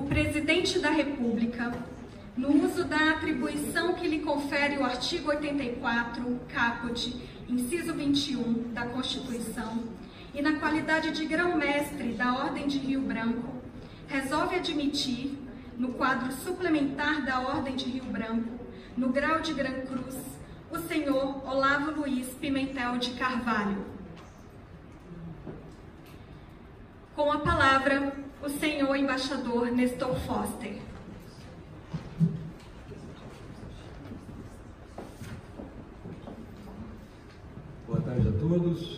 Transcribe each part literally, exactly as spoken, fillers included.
o Presidente da República, no uso da atribuição que lhe confere o artigo oitenta e quatro, caput, inciso vinte e um da Constituição, e na qualidade de grão-mestre da Ordem de Rio Branco, resolve admitir, no quadro suplementar da Ordem de Rio Branco, no grau de Gran Cruz, o senhor Olavo Luiz Pimentel de Carvalho. Com a palavra, o senhor embaixador Nestor Foster. Boa tarde a todos.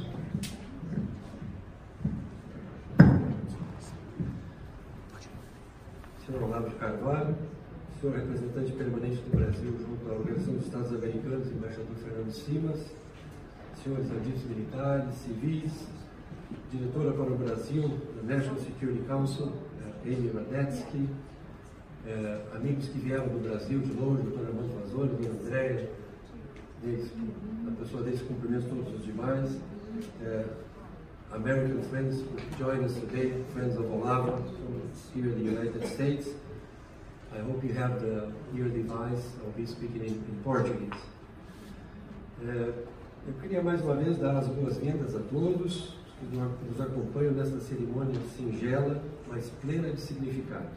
Senhor Olavo de Carvalho, senhor representante permanente do Brasil junto à Organização dos Estados Americanos, embaixador Fernando Simas, senhores agentes militares, civis, diretora para o Brasil da National Security Council, Amy Radetzky, eh, amigos que vieram do Brasil de longe, doutor Armando Vazoni, dona Andréia, a pessoa deles cumprimento todos os demais, eh, American friends who join us today, friends of Olavo here in the United States. I hope you have the ear device. I'll be speaking in, in Portuguese. Eh, eu queria mais uma vez dar as boas-vindas a todos que nos acompanham nesta cerimônia singela, mas plena de significado.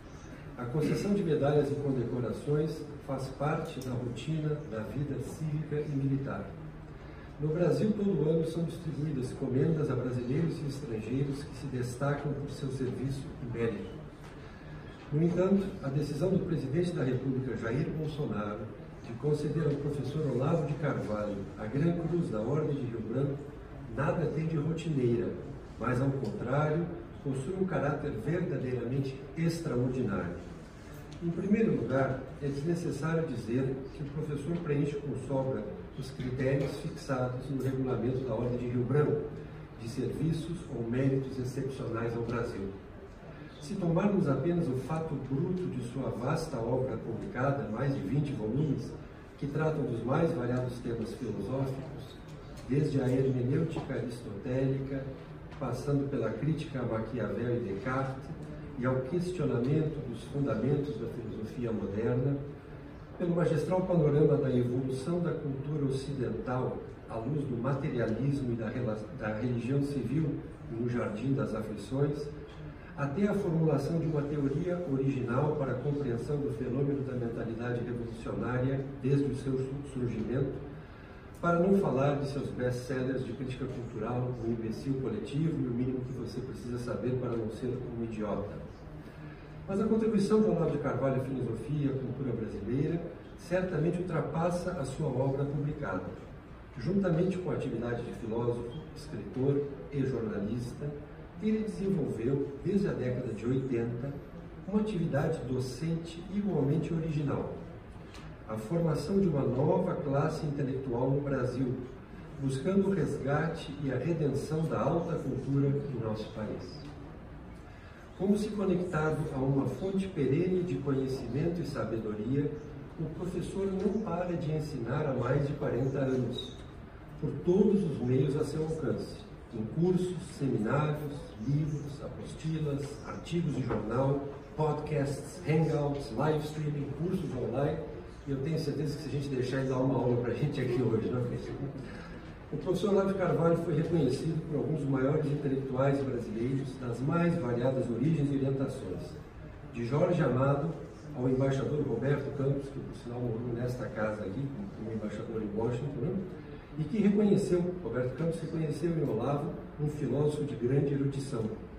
A concessão de medalhas e condecorações faz parte da rotina da vida cívica e militar. No Brasil, todo ano são distribuídas comendas a brasileiros e estrangeiros que se destacam por seu serviço e mérito. No entanto, a decisão do presidente da República, Jair Bolsonaro, de conceder ao professor Olavo de Carvalho a Gran Cruz da Ordem de Rio Branco nada tem de rotineira, mas, ao contrário, possui um caráter verdadeiramente extraordinário. Em primeiro lugar, é desnecessário dizer que o professor preenche com sobra os critérios fixados no regulamento da Ordem de Rio Branco, de serviços ou méritos excepcionais ao Brasil. Se tomarmos apenas o fato bruto de sua vasta obra publicada, mais de vinte volumes, que tratam dos mais variados temas filosóficos, desde a hermenêutica aristotélica, passando pela crítica a Maquiavel e Descartes, e ao questionamento dos fundamentos da filosofia moderna, pelo magistral panorama da evolução da cultura ocidental à luz do materialismo e da, da religião civil no Jardim das Aflições, até a formulação de uma teoria original para a compreensão do fenômeno da mentalidade revolucionária desde o seu surgimento, para não falar de seus best-sellers de crítica cultural, O Imbecil Coletivo e O Mínimo que Você Precisa Saber para Não Ser um Idiota. Mas a contribuição de Olavo de Carvalho à filosofia e à cultura brasileira certamente ultrapassa a sua obra publicada. Juntamente com a atividade de filósofo, escritor e jornalista, ele desenvolveu, desde a década de oitenta, uma atividade docente igualmente original. A formação de uma nova classe intelectual no Brasil, buscando o resgate e a redenção da alta cultura do nosso país. Como se conectado a uma fonte perene de conhecimento e sabedoria, o professor não para de ensinar há mais de quarenta anos, por todos os meios a seu alcance, em cursos, seminários, livros, apostilas, artigos de jornal, podcasts, hangouts, live streaming, cursos online. E eu tenho certeza que se a gente deixar ele dar uma aula para a gente aqui hoje, não é? O professor Olavo de Carvalho foi reconhecido por alguns dos maiores intelectuais brasileiros das mais variadas origens e orientações, de Jorge Amado ao embaixador Roberto Campos, que por sinal morou nesta casa aqui, como embaixador em Washington, né? E que reconheceu, Roberto Campos reconheceu em Olavo um filósofo de grande erudição.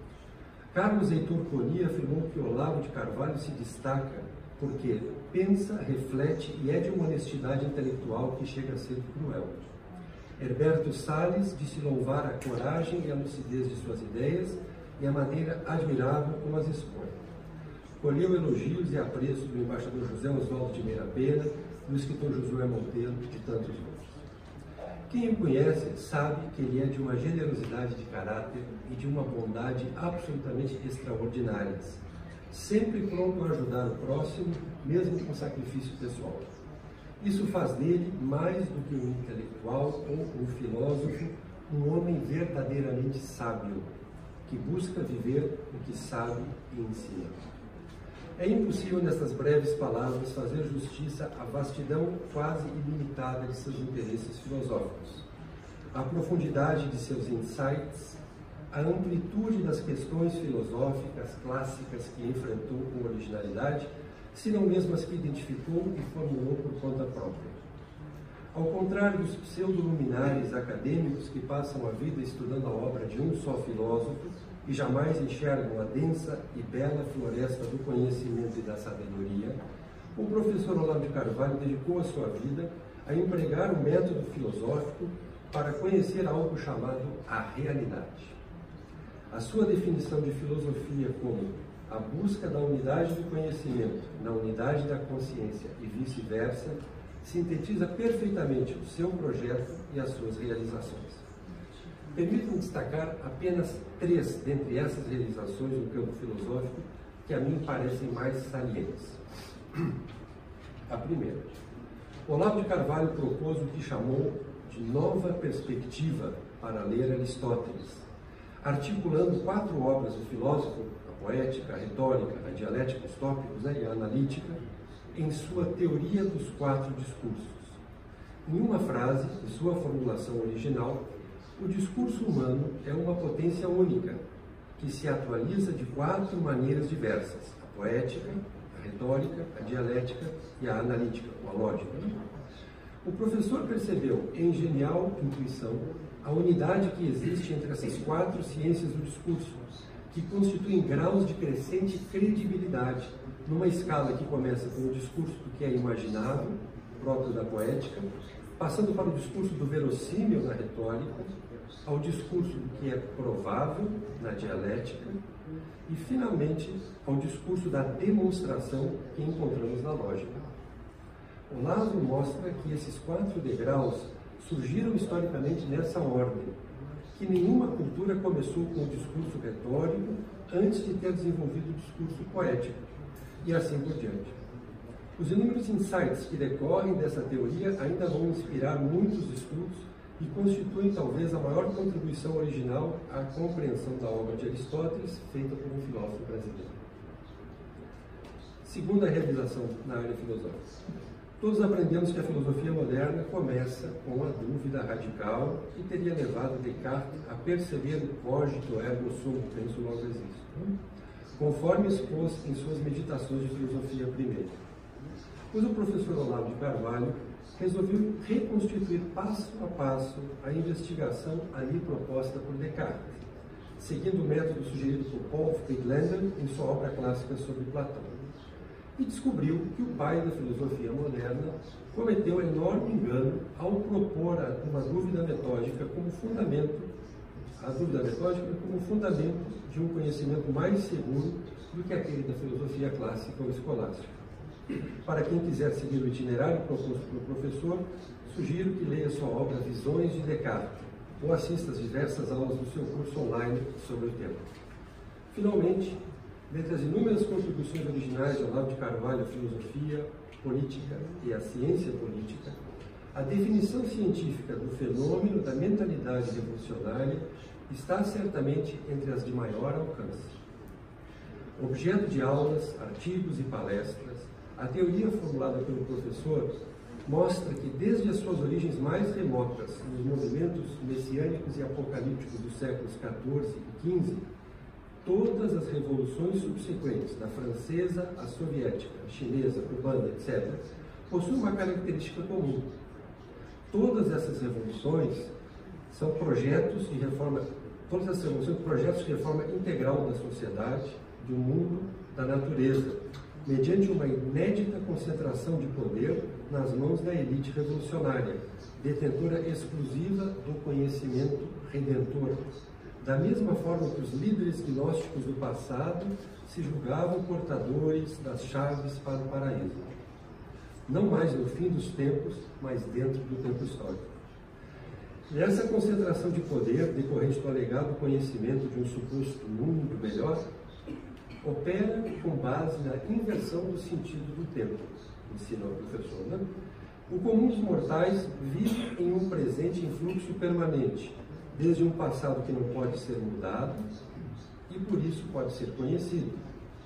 Carlos Heitor Coni afirmou que Olavo de Carvalho se destaca porque pensa, reflete e é de uma honestidade intelectual que chega a ser cruel. Herberto Salles disse louvar a coragem e a lucidez de suas ideias e a maneira admirável como as expõe. Colheu elogios e apreço do embaixador José Oswaldo de Meira Pena, do escritor Josué Monteiro e de tantos outros. Quem o conhece sabe que ele é de uma generosidade de caráter e de uma bondade absolutamente extraordinárias, sempre pronto a ajudar o próximo, mesmo com sacrifício pessoal. Isso faz dele, mais do que um intelectual ou um filósofo, um homem verdadeiramente sábio, que busca viver o que sabe e ensina. É impossível, nestas breves palavras, fazer justiça à vastidão quase ilimitada de seus interesses filosóficos, à profundidade de seus insights, à amplitude das questões filosóficas clássicas que enfrentou com originalidade, se não mesmo as que identificou e formulou por conta própria. Ao contrário dos pseudoluminares acadêmicos que passam a vida estudando a obra de um só filósofo e jamais enxergam a densa e bela floresta do conhecimento e da sabedoria, o professor Olavo de Carvalho dedicou a sua vida a empregar o método filosófico para conhecer algo chamado a realidade. A sua definição de filosofia como a busca da unidade do conhecimento na unidade da consciência e vice-versa sintetiza perfeitamente o seu projeto e as suas realizações. Permitam-me destacar apenas três dentre essas realizações no campo filosófico que a mim parecem mais salientes. A primeira, Olavo de Carvalho propôs o que chamou de nova perspectiva para ler Aristóteles, articulando quatro obras do filósofo, a poética, a retórica, a dialética, os tópicos, né, e a analítica, em sua teoria dos quatro discursos. Em uma frase, em sua formulação original, o discurso humano é uma potência única, que se atualiza de quatro maneiras diversas: a poética, a retórica, a dialética e a analítica, ou a lógica. O professor percebeu, em genial intuição, a unidade que existe entre essas quatro ciências do discurso, que constituem graus de crescente credibilidade, numa escala que começa com o discurso do que é imaginável, próprio da poética, passando para o discurso do verossímil na retórica, ao discurso do que é provável na dialética e, finalmente, ao discurso da demonstração que encontramos na lógica. Olavo mostra que esses quatro degraus surgiram historicamente nessa ordem, que nenhuma cultura começou com o discurso retórico antes de ter desenvolvido o discurso poético, e assim por diante. Os inúmeros insights que decorrem dessa teoria ainda vão inspirar muitos estudos e constituem talvez a maior contribuição original à compreensão da obra de Aristóteles, feita por um filósofo brasileiro. Segunda realização na área filosófica. Todos aprendemos que a filosofia moderna começa com a dúvida radical que teria levado Descartes a perceber o cogito ergo sum, penso logo existo, conforme expôs em suas meditações de filosofia primeira. Pois o professor Olavo de Carvalho resolveu reconstituir passo a passo a investigação ali proposta por Descartes, seguindo o método sugerido por Paul Friedlander em sua obra clássica sobre Platão. E descobriu que o pai da filosofia moderna cometeu enorme engano ao propor uma dúvida metódica como fundamento, a dúvida metódica como fundamento de um conhecimento mais seguro do que aquele da filosofia clássica ou escolástica. Para quem quiser seguir o itinerário proposto pelo professor, sugiro que leia sua obra Visões de Descartes, ou assista às diversas aulas do seu curso online sobre o tema. Finalmente, dentre as inúmeras contribuições originais de Olavo de Carvalho à filosofia, política e à ciência política, a definição científica do fenômeno da mentalidade revolucionária está certamente entre as de maior alcance. Objeto de aulas, artigos e palestras, a teoria formulada pelo professor mostra que, desde as suas origens mais remotas, nos movimentos messiânicos e apocalípticos dos séculos quatorze e quinze, todas as revoluções subsequentes, da francesa à soviética, a chinesa, a cubana, etcétera, possuem uma característica comum. Todas essas revoluções são projetos de reforma, todas essas revoluções são projetos de reforma integral da sociedade, do mundo, da natureza, mediante uma inédita concentração de poder nas mãos da elite revolucionária, detentora exclusiva do conhecimento redentor. Da mesma forma que os líderes gnósticos do passado se julgavam portadores das chaves para o paraíso. Não mais no fim dos tempos, mas dentro do tempo histórico. E essa concentração de poder, decorrente do alegado conhecimento de um suposto mundo melhor, opera com base na inversão do sentido do tempo, ensina o professor, né? O comum dos mortais vive em um presente em fluxo permanente, desde um passado que não pode ser mudado e por isso pode ser conhecido,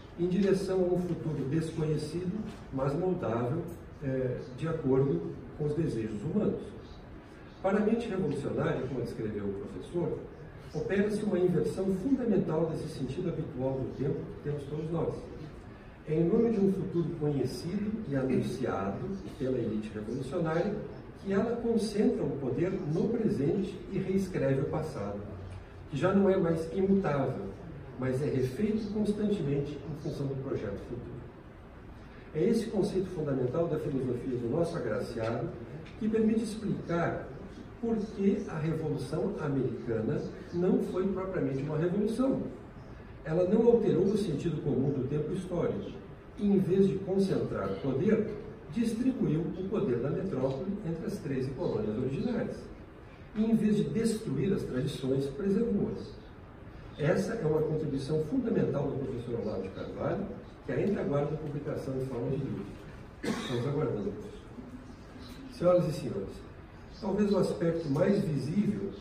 em direção a um futuro desconhecido, mas moldável, é, de acordo com os desejos humanos. Para a mente revolucionária, como descreveu o professor, opera-se uma inversão fundamental desse sentido habitual do tempo que temos todos nós. É em nome de um futuro conhecido e anunciado pela elite revolucionária que ela concentra o poder no presente e reescreve o passado, que já não é mais imutável, mas é refeito constantemente em função do projeto futuro. É esse conceito fundamental da filosofia do nosso agraciado que permite explicar por que a Revolução Americana não foi propriamente uma revolução. Ela não alterou o sentido comum do tempo histórico e, em vez de concentrar poder, distribuiu o poder da metrópole entre as treze colônias originárias. E, em vez de destruir as tradições, preservou-as. Essa é uma contribuição fundamental do professor Olavo de Carvalho, que ainda aguarda a publicação em forma de livro. Estamos aguardando, professor. Senhoras e senhores, talvez o aspecto mais visível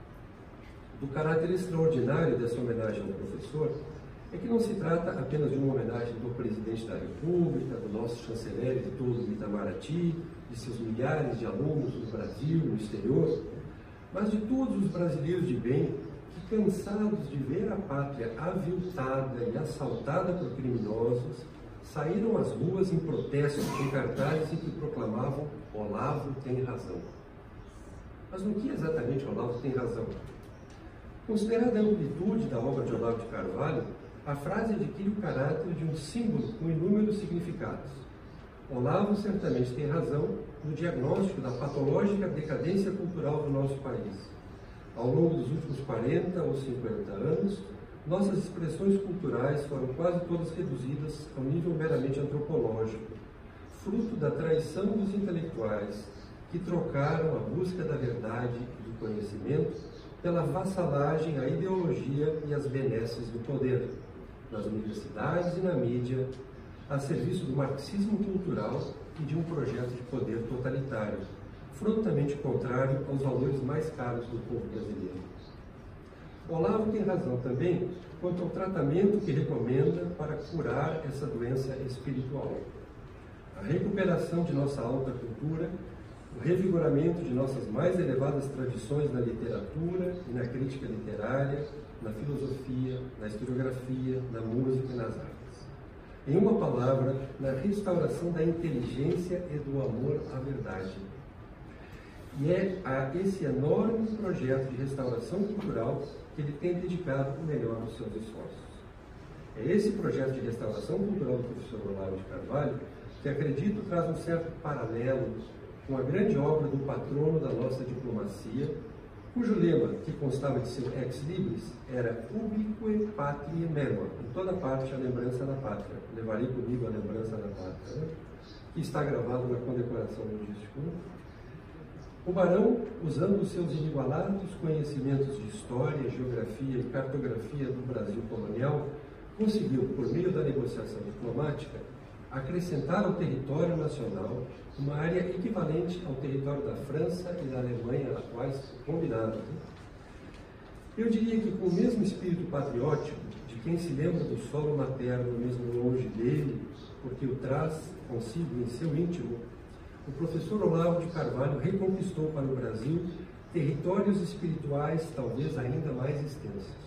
do caráter extraordinário dessa homenagem ao professor é que não se trata apenas de uma homenagem do presidente da República, do nosso chanceler e de todo o Itamaraty, de seus milhares de alunos no Brasil, no exterior, mas de todos os brasileiros de bem que, cansados de ver a pátria aviltada e assaltada por criminosos, saíram às ruas em protesto com cartazes em que proclamavam "Olavo tem razão". Mas no que exatamente Olavo tem razão? Considerada a amplitude da obra de Olavo de Carvalho, a frase adquire o caráter de um símbolo com inúmeros significados. Olavo certamente tem razão no diagnóstico da patológica decadência cultural do nosso país. Ao longo dos últimos quarenta ou cinquenta anos, nossas expressões culturais foram quase todas reduzidas ao nível meramente antropológico, fruto da traição dos intelectuais, que trocaram a busca da verdade e do conhecimento pela vassalagem à ideologia e às benesses do poder, nas universidades e na mídia, a serviço do marxismo cultural e de um projeto de poder totalitário, frontalmente contrário aos valores mais caros do povo brasileiro. Olavo tem razão também quanto ao tratamento que recomenda para curar essa doença espiritual. A recuperação de nossa alta cultura, o revigoramento de nossas mais elevadas tradições na literatura e na crítica literária, na filosofia, na historiografia, na música e nas artes. Em uma palavra, na restauração da inteligência e do amor à verdade. E é a esse enorme projeto de restauração cultural que ele tem dedicado o melhor dos seus esforços. É esse projeto de restauração cultural do professor Olavo de Carvalho que, acredito, traz um certo paralelo com a grande obra do patrono da nossa diplomacia, cujo lema, que constava de seu ex-libris, era "Ubique Patriae Mema", em toda parte a lembrança da pátria. Levarei comigo a lembrança da pátria, né? Que está gravado na condecoração do dístico. Né? O barão, usando os seus inigualados conhecimentos de história, geografia e cartografia do Brasil colonial, conseguiu, por meio da negociação diplomática, acrescentar ao território nacional uma área equivalente ao território da França e da Alemanha atuais combinados. Eu diria que, com o mesmo espírito patriótico de quem se lembra do solo materno mesmo longe dele, porque o traz consigo em seu íntimo, o professor Olavo de Carvalho reconquistou para o Brasil territórios espirituais talvez ainda mais extensos.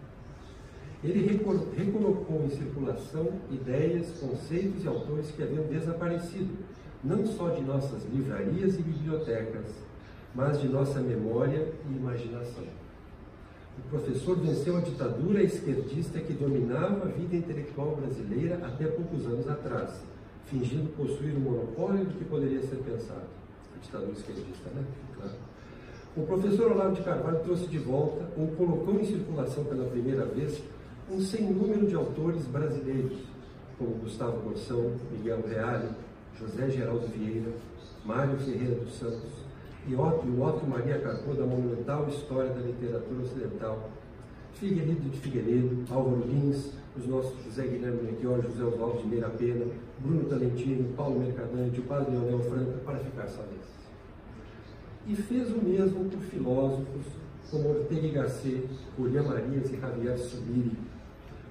Ele recolocou em circulação ideias, conceitos e autores que haviam desaparecido, não só de nossas livrarias e bibliotecas, mas de nossa memória e imaginação. O professor venceu a ditadura esquerdista que dominava a vida intelectual brasileira até poucos anos atrás, fingindo possuir o monopólio do que poderia ser pensado. A ditadura esquerdista, né? Claro. O professor Olavo de Carvalho trouxe de volta, ou colocou em circulação pela primeira vez, um sem número de autores brasileiros, como Gustavo Corsão, Miguel Reale, José Geraldo Vieira, Mário Ferreira dos Santos, e Otto, e Otto Maria Carpo, da monumental História da Literatura Ocidental, Figueiredo de Figueiredo, Álvaro Lins, os nossos José Guilherme Melchior, José Oswaldo de Meira Pena, Bruno Talentino, Paulo Mercadante, o padre Leonel Franca, para ficar só nesses. E fez o mesmo por filósofos como Ortega y Gasset, Julián Marías e Javier Subiri,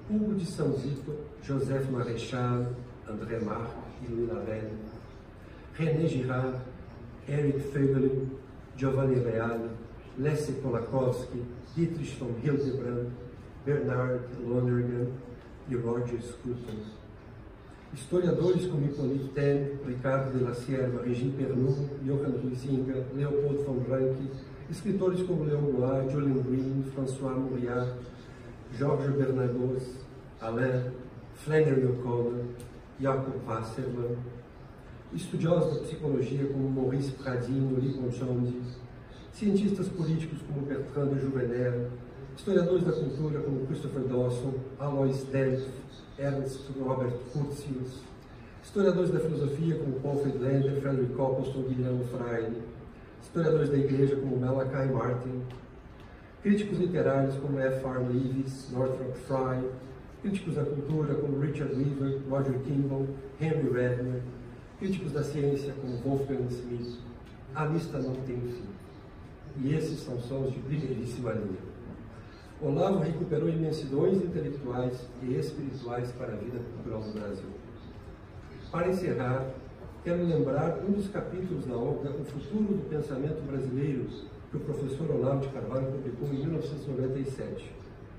Hugo de São Vito, Joseph Maréchal, André Marc e Louis Lavelle, René Girard, Eric Voegelin, Giovanni Reale, Leszek Kolakowski, Dietrich von Hildebrand, Bernard Lonergan e Roger Scruton. Historiadores como Hippolyte Taine, Ricardo de la Sierva, Regine Pernoud, Johann Huizinga, Leopold von Ranke, escritores como Léon Blois, Julian Green, François Mauriac, Georges Bernanos, Alain, Flannery O'Connor, Jacob Wasserman, estudiosos da psicologia como Maurice Pradino, Lee Ponchondi, cientistas políticos como Bertrand de Jouvenel, historiadores da cultura como Christopher Dawson, Alois Delph, Ernst Robert Curtius, historiadores da filosofia como Paul Friedlander, Frederick Copleston, Guilherme Freire, historiadores da igreja como Malachi Martin, críticos literários como F R Leavis, Northrop Frye, críticos da cultura como Richard Weaver, Roger Kimball, Henry Redmer, críticos da ciência como Wolfgang Smith. A lista não tem fim. E esses são só os de primeiríssima linha. Olavo recuperou imensidões intelectuais e espirituais para a vida cultural do Brasil. Para encerrar, quero lembrar um dos capítulos da obra O Futuro do Pensamento Brasileiro, que o professor Olavo de Carvalho publicou em mil novecentos e noventa e sete.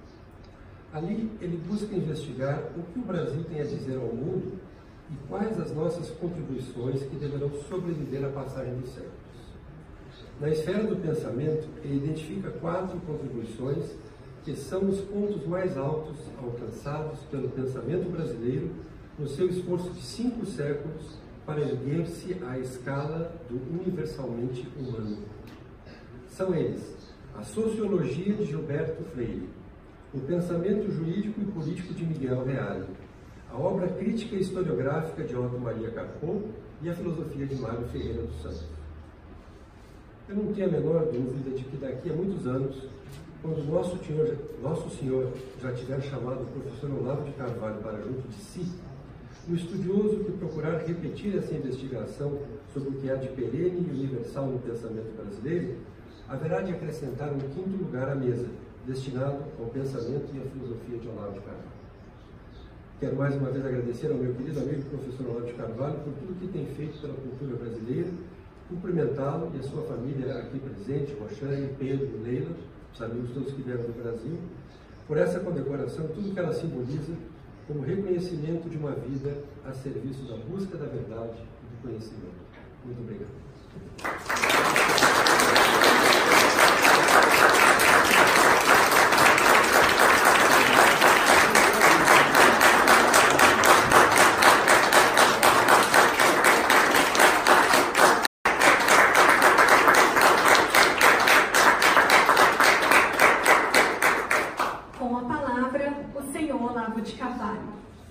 Ali, ele busca investigar o que o Brasil tem a dizer ao mundo e quais as nossas contribuições que deverão sobreviver à passagem dos séculos. Na esfera do pensamento, ele identifica quatro contribuições que são os pontos mais altos alcançados pelo pensamento brasileiro no seu esforço de cinco séculos para erguer-se à escala do universalmente humano. São eles: a sociologia de Gilberto Freire, o pensamento jurídico e político de Miguel Reale, a obra crítica e historiográfica de Otto Maria Carpo e a filosofia de Mário Ferreira dos Santos. Eu não tenho a menor dúvida de que daqui a muitos anos, quando nosso senhor, nosso senhor já tiver chamado o professor Olavo de Carvalho para junto de si, o estudioso que procurar repetir essa investigação sobre o que há de perene e universal no pensamento brasileiro, haverá de acrescentar um quinto lugar à mesa, destinado ao pensamento e à filosofia de Olavo de Carvalho. Quero mais uma vez agradecer ao meu querido amigo professor Olavo de Carvalho por tudo que tem feito pela cultura brasileira, cumprimentá-lo e a sua família aqui presente, Roxane, Pedro, Leila, os amigos todos que vieram do Brasil, por essa condecoração, tudo que ela simboliza como reconhecimento de uma vida a serviço da busca da verdade e do conhecimento. Muito obrigado. Com a palavra, o senhor Olavo de Carvalho.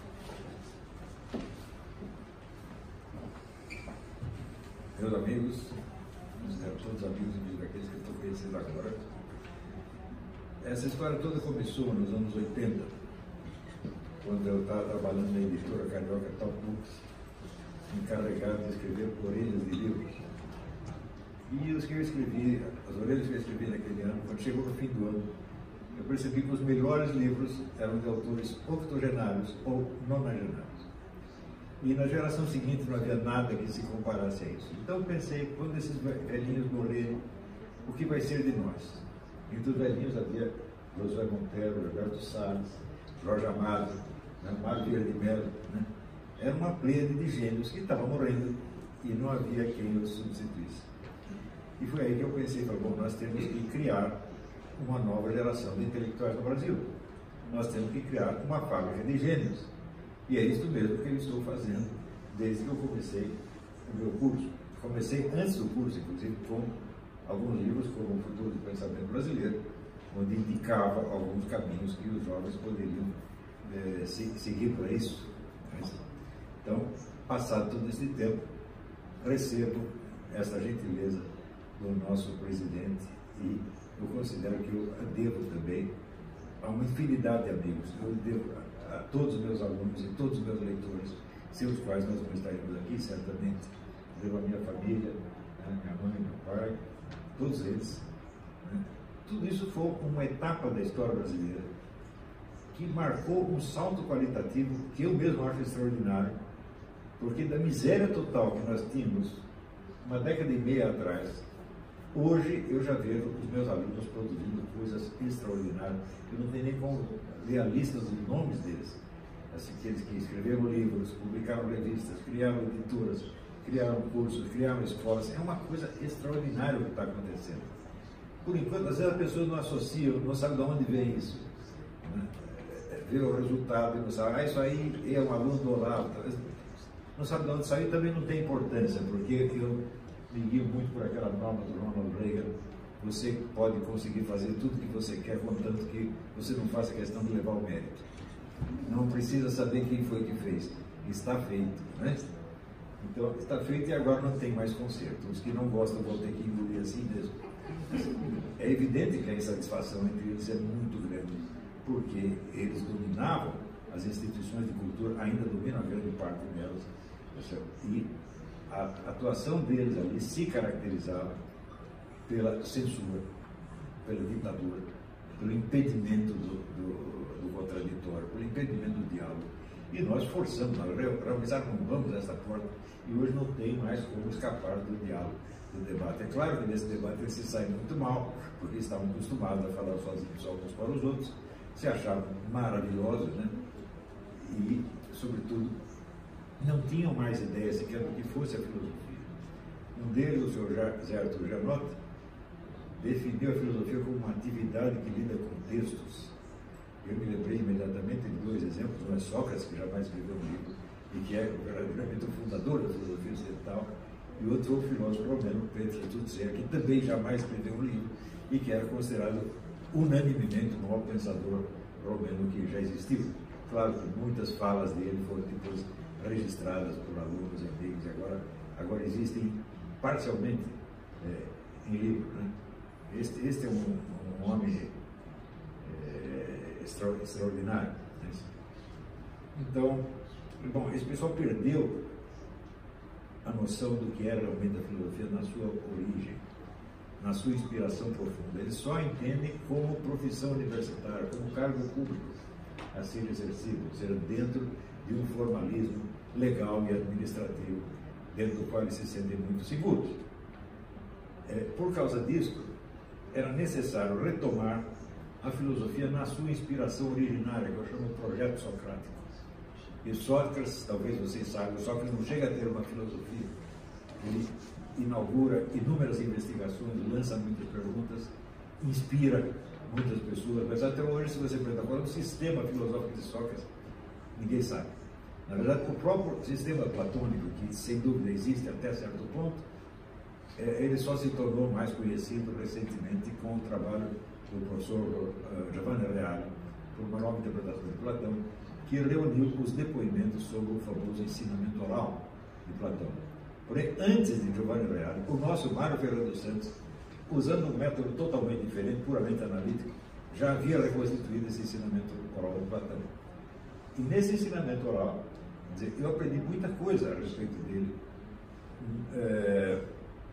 Meus amigos, todos amigos e amigos daqueles que eu estou conhecendo agora, essa história toda começou nos anos oitenta, quando eu estava trabalhando na editora carioca Top Books, encarregado de escrever orelhas de livros. E os que eu escrevi, as orelhas que eu escrevi naquele ano, quando chegou no fim do ano, eu percebi que os melhores livros eram de autores octogenários ou nonagenários. E na geração seguinte não havia nada que se comparasse a isso. Então eu pensei, quando esses velhinhos morrerem, o que vai ser de nós? Entre os velhinhos havia Josué Monteiro, Roberto Salles, Jorge Amado, né, Mário Vieira de Mello. Né? Era uma pleiade de gênios que estavam morrendo e não havia quem os substituísse. E foi aí que eu pensei, falei, bom, nós temos que criar uma nova geração de intelectuais no Brasil. Nós temos que criar uma fábrica de gênios. E é isso mesmo que eu estou fazendo desde que eu comecei o meu curso. Comecei antes do curso, inclusive, com alguns livros como O Futuro do Pensamento Brasileiro, onde indicava alguns caminhos que os jovens poderiam é, seguir para isso. Então, passado todo esse tempo, recebo essa gentileza do nosso presidente e eu considero que eu devo também a uma infinidade de amigos. Eu devo a, a todos os meus alunos e todos os meus leitores, sem os quais nós não estaríamos aqui, certamente. Devo a minha família, né, minha mãe, meu pai, todos eles. Né. Tudo isso foi uma etapa da história brasileira que marcou um salto qualitativo que eu mesmo acho extraordinário, porque da miséria total que nós tínhamos uma década e meia atrás, hoje eu já vejo os meus alunos produzindo coisas extraordinárias. Eu não tenho nem como ler a lista dos nomes deles. Assim, aqueles que escreveram livros, publicaram revistas, criaram editoras, criaram cursos, criaram escolas. É uma coisa extraordinária o que está acontecendo. Por enquanto, às vezes as pessoas não associam, não sabem de onde vem isso. Né? Vê o resultado e não sabe, ah, isso aí é um aluno do Olavo. Não sabe de onde saiu e também não tem importância, porque eu me guio muito por aquela norma do Ronald Reagan. Você pode conseguir fazer tudo que você quer, contanto que você não faça questão de levar o mérito. Não precisa saber quem foi que fez. Está feito, né? Então, está feito e agora não tem mais conserto. Os que não gostam vão ter que engolir assim mesmo. É evidente que a insatisfação entre eles é muito grande, porque eles dominavam as instituições de cultura, ainda dominam a grande parte delas, e a atuação deles ali se caracterizava pela censura, pela ditadura, pelo impedimento do, do, do contraditório, pelo impedimento do diálogo. E nós forçamos, nós realmente arrombamos essa porta e hoje não tem mais como escapar do diálogo, do debate. É claro que nesse debate eles se saem muito mal, porque estavam acostumados a falar sozinhos só uns para os outros, se achavam maravilhosos, né? E, sobretudo, não tinham mais ideia sequer do que fosse a filosofia. Um deles, o senhor Zé Arthur Janotti, definiu a filosofia como uma atividade que lida com textos. Eu me lembrei imediatamente de dois exemplos. Um é Sócrates, que jamais escreveu um livro, e que é verdadeiramente o fundador da filosofia ocidental, e outro o filósofo romeno, Petr Tutzer, que também jamais escreveu um livro, e que era considerado unanimemente o maior pensador romeno que já existiu. Claro que muitas falas dele foram depois registradas por alunos, amigos, e agora, agora existem parcialmente é, em livro. Né? Este, este é um, um homem é, extra, extraordinário. Né? Então, bom, esse pessoal perdeu a noção do que era realmente a filosofia na sua origem, na sua inspiração profunda. Eles só entendem como profissão universitária, como cargo público a ser exercido, ou seja, dentro de um formalismo legal e administrativo, dentro do qual eles se sentem muito seguros. É, por causa disso, era necessário retomar a filosofia na sua inspiração originária, que eu chamo de projeto socrático. E Sócrates, talvez vocês saibam, Sócrates não chega a ter uma filosofia. Ele inaugura inúmeras investigações, lança muitas perguntas, inspira muitas pessoas, mas até hoje, se você perguntar qual é o sistema filosófico de Sócrates, ninguém sabe. Na verdade, o próprio sistema platônico, que sem dúvida existe até certo ponto, é, ele só se tornou mais conhecido recentemente com o trabalho do professor uh, Giovanni Reale, por uma nova interpretação de Platão, que reuniu os depoimentos sobre o famoso ensinamento oral de Platão. Porém, antes de Giovanni Reale, o nosso Mário Ferreira dos Santos, usando um método totalmente diferente, puramente analítico, já havia reconstituído esse ensinamento oral de Platão. E nesse ensinamento oral, quer dizer, eu aprendi muita coisa a respeito dele. É,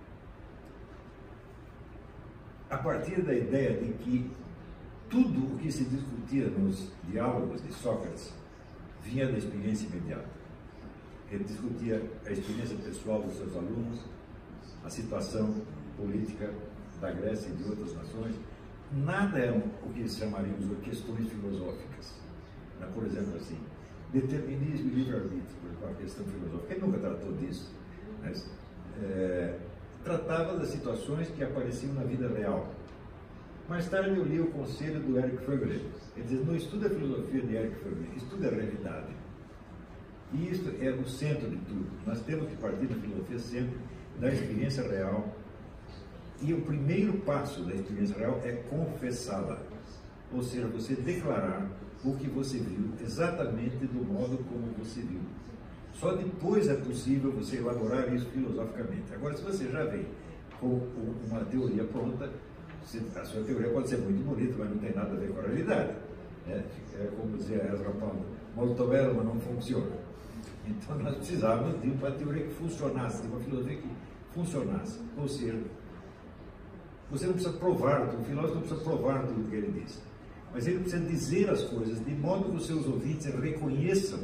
a partir da ideia de que tudo o que se discutia nos diálogos de Sócrates vinha da experiência imediata. Ele discutia a experiência pessoal dos seus alunos, a situação política da Grécia e de outras nações. Nada eram o que chamaríamos de questões filosóficas. Por exemplo, assim, determinismo e livre-arbítrio, por uma questão filosófica. Ele nunca tratou disso, mas é, tratava das situações que apareciam na vida real. Mais tarde eu li o conselho do Eric Fögel. Ele diz, não estuda a filosofia de Eric Fögel, estuda a realidade. E isso é o centro de tudo. Nós temos que partir da filosofia sempre da experiência real. E o primeiro passo da experiência real é confessá-la. Ou seja, você declarar o que você viu, exatamente do modo como você viu. Só depois é possível você elaborar isso filosoficamente. Agora, se você já vem com uma teoria pronta, a sua teoria pode ser muito bonita, mas não tem nada a ver com a realidade. É, é como dizia Ezra Pound, molto bello, mas não funciona. Então, nós precisávamos de uma teoria que funcionasse, de uma filosofia que funcionasse. Ou seja, você não precisa provar, o filósofo não precisa provar tudo o que ele diz. mas ele precisa dizer as coisas de modo que os seus ouvintes reconheçam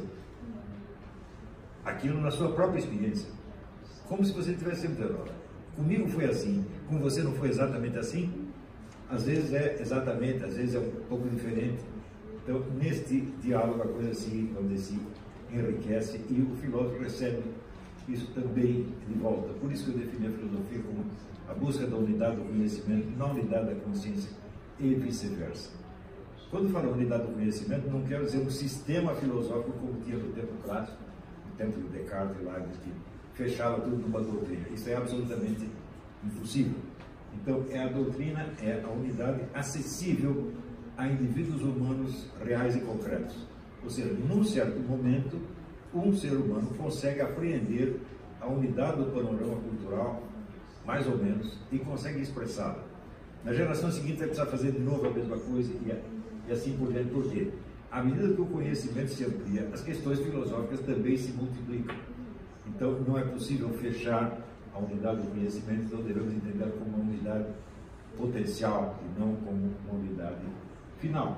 aquilo na sua própria experiência. Como se você estivesse sempre dizendo, comigo foi assim, com você não foi exatamente assim? Às vezes é exatamente, às vezes é um pouco diferente. Então, neste diálogo, a coisa se, onde se enriquece e o filósofo recebe isso também de volta. Por isso que eu defini a filosofia como a busca da unidade do conhecimento, na unidade da consciência e vice-versa. Quando falo unidade do conhecimento, não quero dizer um sistema filosófico como tinha no tempo clássico, no tempo de Descartes e Leibniz, que fechava tudo numa doutrina. Isso é absolutamente impossível. Então, é a doutrina, é a unidade acessível a indivíduos humanos reais e concretos. Ou seja, num certo momento, um ser humano consegue apreender a unidade do panorama cultural, mais ou menos, e consegue expressá-la. Na geração seguinte vai precisar fazer de novo a mesma coisa e, e assim por diante. Por quê? À medida que o conhecimento se amplia, as questões filosóficas também se multiplicam. Então, não é possível fechar a unidade do conhecimento, então devemos entender como uma unidade potencial e não como uma unidade final.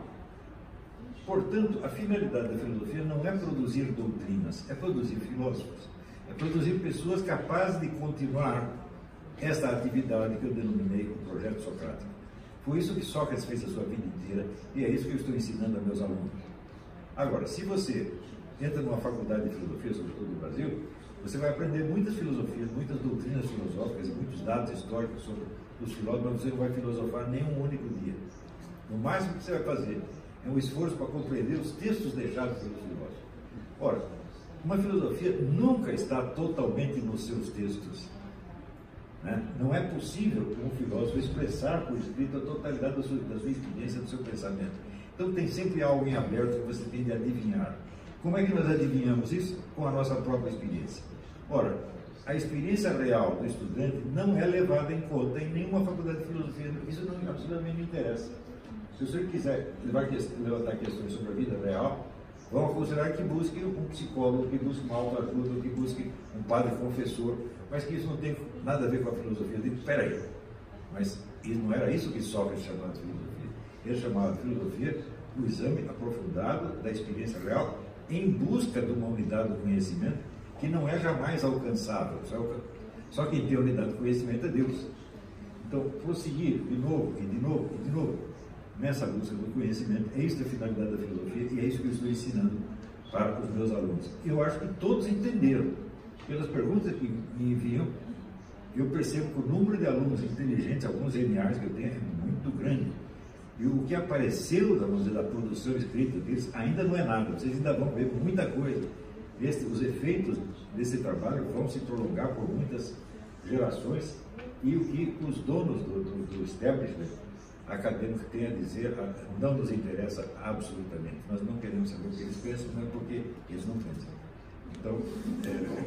Portanto, a finalidade da filosofia não é produzir doutrinas, é produzir filósofos, é produzir pessoas capazes de continuar esta atividade que eu denominei o projeto socrático. Foi isso que Sócrates fez a sua vida inteira e é isso que eu estou ensinando a meus alunos. Agora, se você entra numa faculdade de filosofia, sobretudo no Brasil, você vai aprender muitas filosofias, muitas doutrinas filosóficas e muitos dados históricos sobre os filósofos, mas você não vai filosofar nem um único dia. No máximo que você vai fazer é um esforço para compreender os textos deixados pelos filósofos. Ora, uma filosofia nunca está totalmente nos seus textos. Né? Não é possível um filósofo expressar por escrito a totalidade da sua, da sua experiência, do seu pensamento. Então tem sempre algo em aberto que você tem de adivinhar. Como é que nós adivinhamos isso? Com a nossa própria experiência. Ora, a experiência real do estudante não é levada em conta em nenhuma faculdade de filosofia. Isso não, absolutamente não interessa. Se o senhor quiser levantar questões sobre a vida real, vamos considerar que busque um psicólogo, que busque uma autoajuda, que busque um padre confessor, mas que isso não tem nada a ver com a filosofia. Eu digo, espera aí, mas não era isso que Sócrates chamava de filosofia. Ele chamava de filosofia o exame aprofundado da experiência real em busca de uma unidade do conhecimento que não é jamais alcançável. Só quem tem a unidade do conhecimento é Deus. Então, prosseguir de novo, e de novo, e de novo, nessa busca do conhecimento, é isso a finalidade da filosofia e é isso que eu estou ensinando para os meus alunos. Eu acho que todos entenderam. Pelas perguntas que me enviam, eu percebo que o número de alunos inteligentes, alguns geniais que eu tenho, é muito grande. E o que apareceu, vamos dizer, da produção escrita deles ainda não é nada. Vocês ainda vão ver muita coisa. Este, os efeitos desse trabalho vão se prolongar por muitas gerações e o que os donos do, do, do establishment acadêmico têm a dizer não nos interessa absolutamente. Nós não queremos saber o que eles pensam, não é porque eles não pensam. Então, é,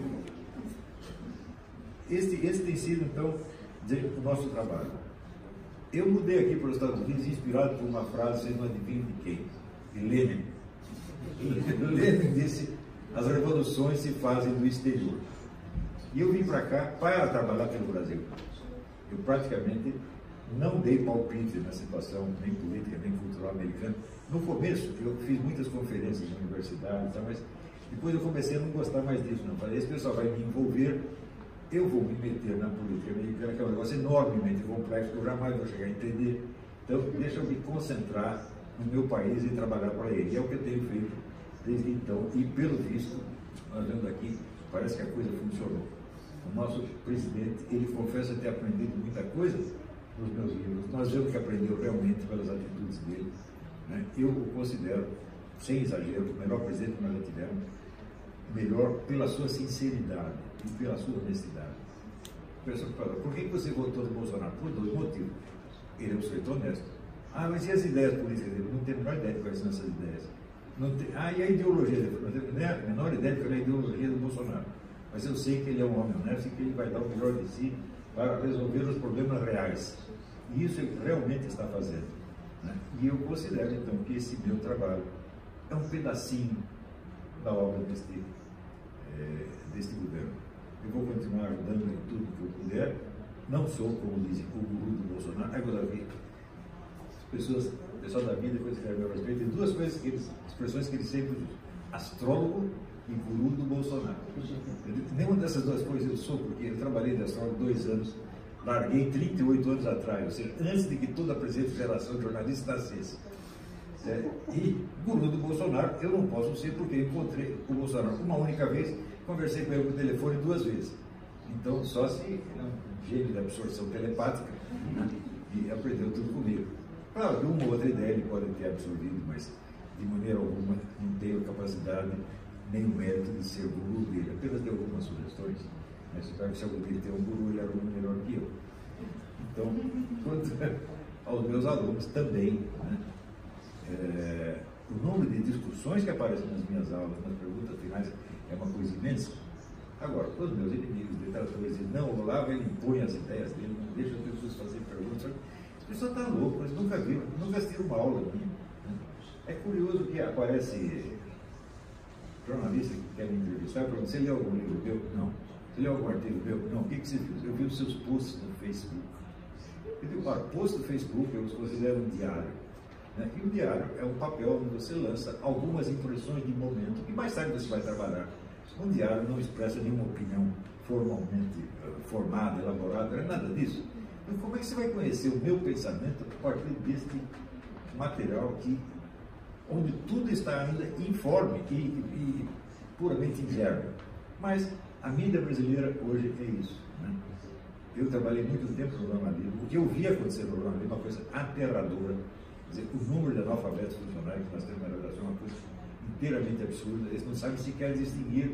este, este tem sido, então, dizer, o nosso trabalho. Eu mudei aqui para os Estados Unidos inspirado por uma frase, vocês não adivinham de quem? De Lenin. Lenin disse, as revoluções se fazem do exterior. E eu vim para cá para trabalhar pelo Brasil. Eu praticamente não dei palpite na situação nem política, nem cultural americana. No começo, eu fiz muitas conferências em universidades, mas depois eu comecei a não gostar mais disso. Não. Falei, esse pessoal vai me envolver, eu vou me meter na política americana, que é um negócio enormemente complexo, que eu jamais vou chegar a entender. Então, deixa eu me concentrar no meu país e trabalhar para ele. E é o que eu tenho feito desde então. E, pelo visto, nós vemos aqui, parece que a coisa funcionou. O nosso presidente, ele confessa ter aprendido muita coisa nos meus livros. Nós vemos que aprendeu realmente pelas atitudes dele. Né? Eu o considero, sem exagero, o melhor presidente que nós já tivemos, melhor pela sua sinceridade e pela sua honestidade. O pessoal fala, por que você votou no Bolsonaro? Por dois motivos. Ele é um sujeito honesto. Ah, mas e as ideias políticas dele? Não tenho a menor ideia de quais são essas ideias. Não tem... Ah, e a ideologia dele? Não tenho a menor ideia de qual é a ideologia do Bolsonaro. Mas eu sei que ele é um homem honesto e que ele vai dar o melhor de si para resolver os problemas reais. E isso ele realmente está fazendo. Né? E eu considero, então, que esse meu trabalho é um pedacinho da obra deste, é, deste governo. Eu vou continuar ajudando em tudo que eu puder. Não sou, como dizem, o guru do Bolsonaro. Agora, as pessoas o pessoal da mídia depois escreveu a respeito, tem duas coisas que eles, expressões que ele sempre usa: astrólogo e guru do Bolsonaro. Nenhuma dessas duas coisas eu sou, porque eu trabalhei de astrólogo dois anos, larguei trinta e oito anos atrás, ou seja, antes de que toda a presente geração de jornalistas nascesse. É, e guru do Bolsonaro eu não posso ser, porque eu encontrei o Bolsonaro uma única vez, conversei com ele por telefone duas vezes. Então, só se ele é um gênio de absorção telepática, né, e aprendeu tudo comigo. Claro, de uma ou outra ideia ele pode ter absorvido, mas de maneira alguma não tenho capacidade nem o mérito de ser guru dele. Apenas de algumas sugestões. Mas espero que se algum dia ter um guru, ele era um melhor que eu. Então, quanto aos meus alunos também, né, é, o número de discussões que aparecem nas minhas aulas, nas perguntas finais, é uma coisa imensa. Agora, os meus inimigos, detratores, dizem: não, o Olavo ele impõe as ideias dele, não deixa as pessoas fazerem perguntas. As pessoas estão loucas, eles nunca viram, nunca assistiram uma aula minha. É curioso que aparece jornalista que quer me entrevistar, pergunta: você leu algum livro meu? Não. Você leu algum artigo meu? Não. O que, que você viu? Eu vi os seus posts no Facebook. Eu digo: para post no Facebook eu os considero um diário. Né? E o diário é um papel onde você lança algumas impressões de momento que mais tarde você vai trabalhar. Um diário não expressa nenhuma opinião formalmente uh, formada, elaborada, não é nada disso. Então, como é que você vai conhecer o meu pensamento a partir deste material que, onde tudo está ainda informe e, e puramente ingerno? Mas a mídia brasileira hoje é isso, né? Eu trabalhei muito tempo no jornalismo. O que eu vi acontecer no jornalismo é uma coisa aterradora. Quer dizer, o número de analfabetos funcionários que nós temos na redação é uma coisa inteiramente absurda. Eles não sabem sequer distinguir.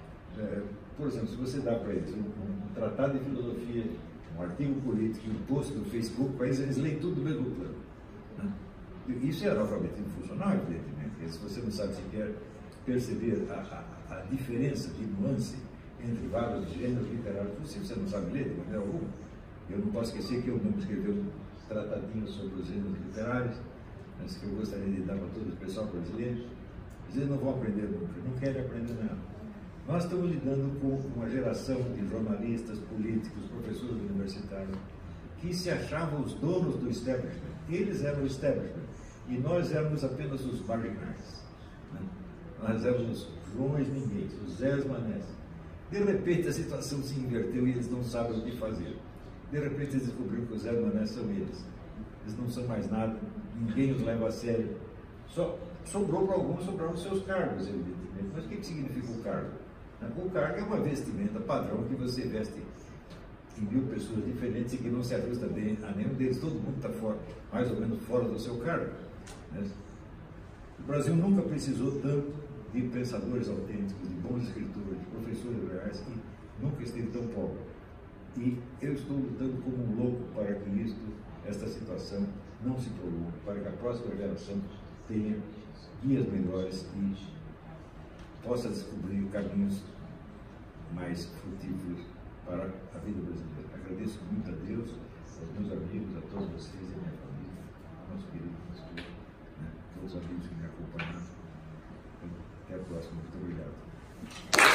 É, por exemplo, se você dá para eles um, um tratado de filosofia, um artigo político e um post no Facebook, para eles, eles leem tudo do mesmo plano, né? Isso é analfabetismo funcional, evidentemente. E se você não sabe sequer perceber a, a, a diferença de nuance entre vários gêneros literários, se você não sabe ler de maneira alguma. Eu não posso esquecer que eu mesmo escrevi um tratadinho sobre os gêneros literários, mas que eu gostaria de dar para todo o pessoal brasileiro. Eles não vão aprender nunca, não querem aprender nada. Nós estamos lidando com uma geração de jornalistas, políticos, professores universitários, que se achavam os donos do establishment. Eles eram o establishment e nós éramos apenas os marginais, né? Nós éramos os Joões ninguém, os Zés Manés. De repente a situação se inverteu e eles não sabem o que fazer. De repente eles descobriram que os Zés Manés são eles. Eles não são mais nada, ninguém os leva a sério. Só sobrou para alguns, sobraram os seus cargos, evidentemente. Mas o que, que significa o cargo? O cargo é uma vestimenta padrão que você veste em mil pessoas diferentes e que não se ajusta bem a nenhum deles. Todo mundo está fora, mais ou menos fora do seu cargo, né? O Brasil nunca precisou tanto de pensadores autênticos, de bons escritores, de professores reais, e nunca esteve tão pobre. E eu estou lutando como um louco para que isto, esta situação não se prolongue, para que a próxima geração tenha guias melhores e possa descobrir caminhos mais frutíferos para a vida brasileira. Agradeço muito a Deus, aos meus amigos, a todos vocês e a minha família, nosso querido pastor, né, todos os amigos que me acompanharam. Até a próxima. Muito obrigado.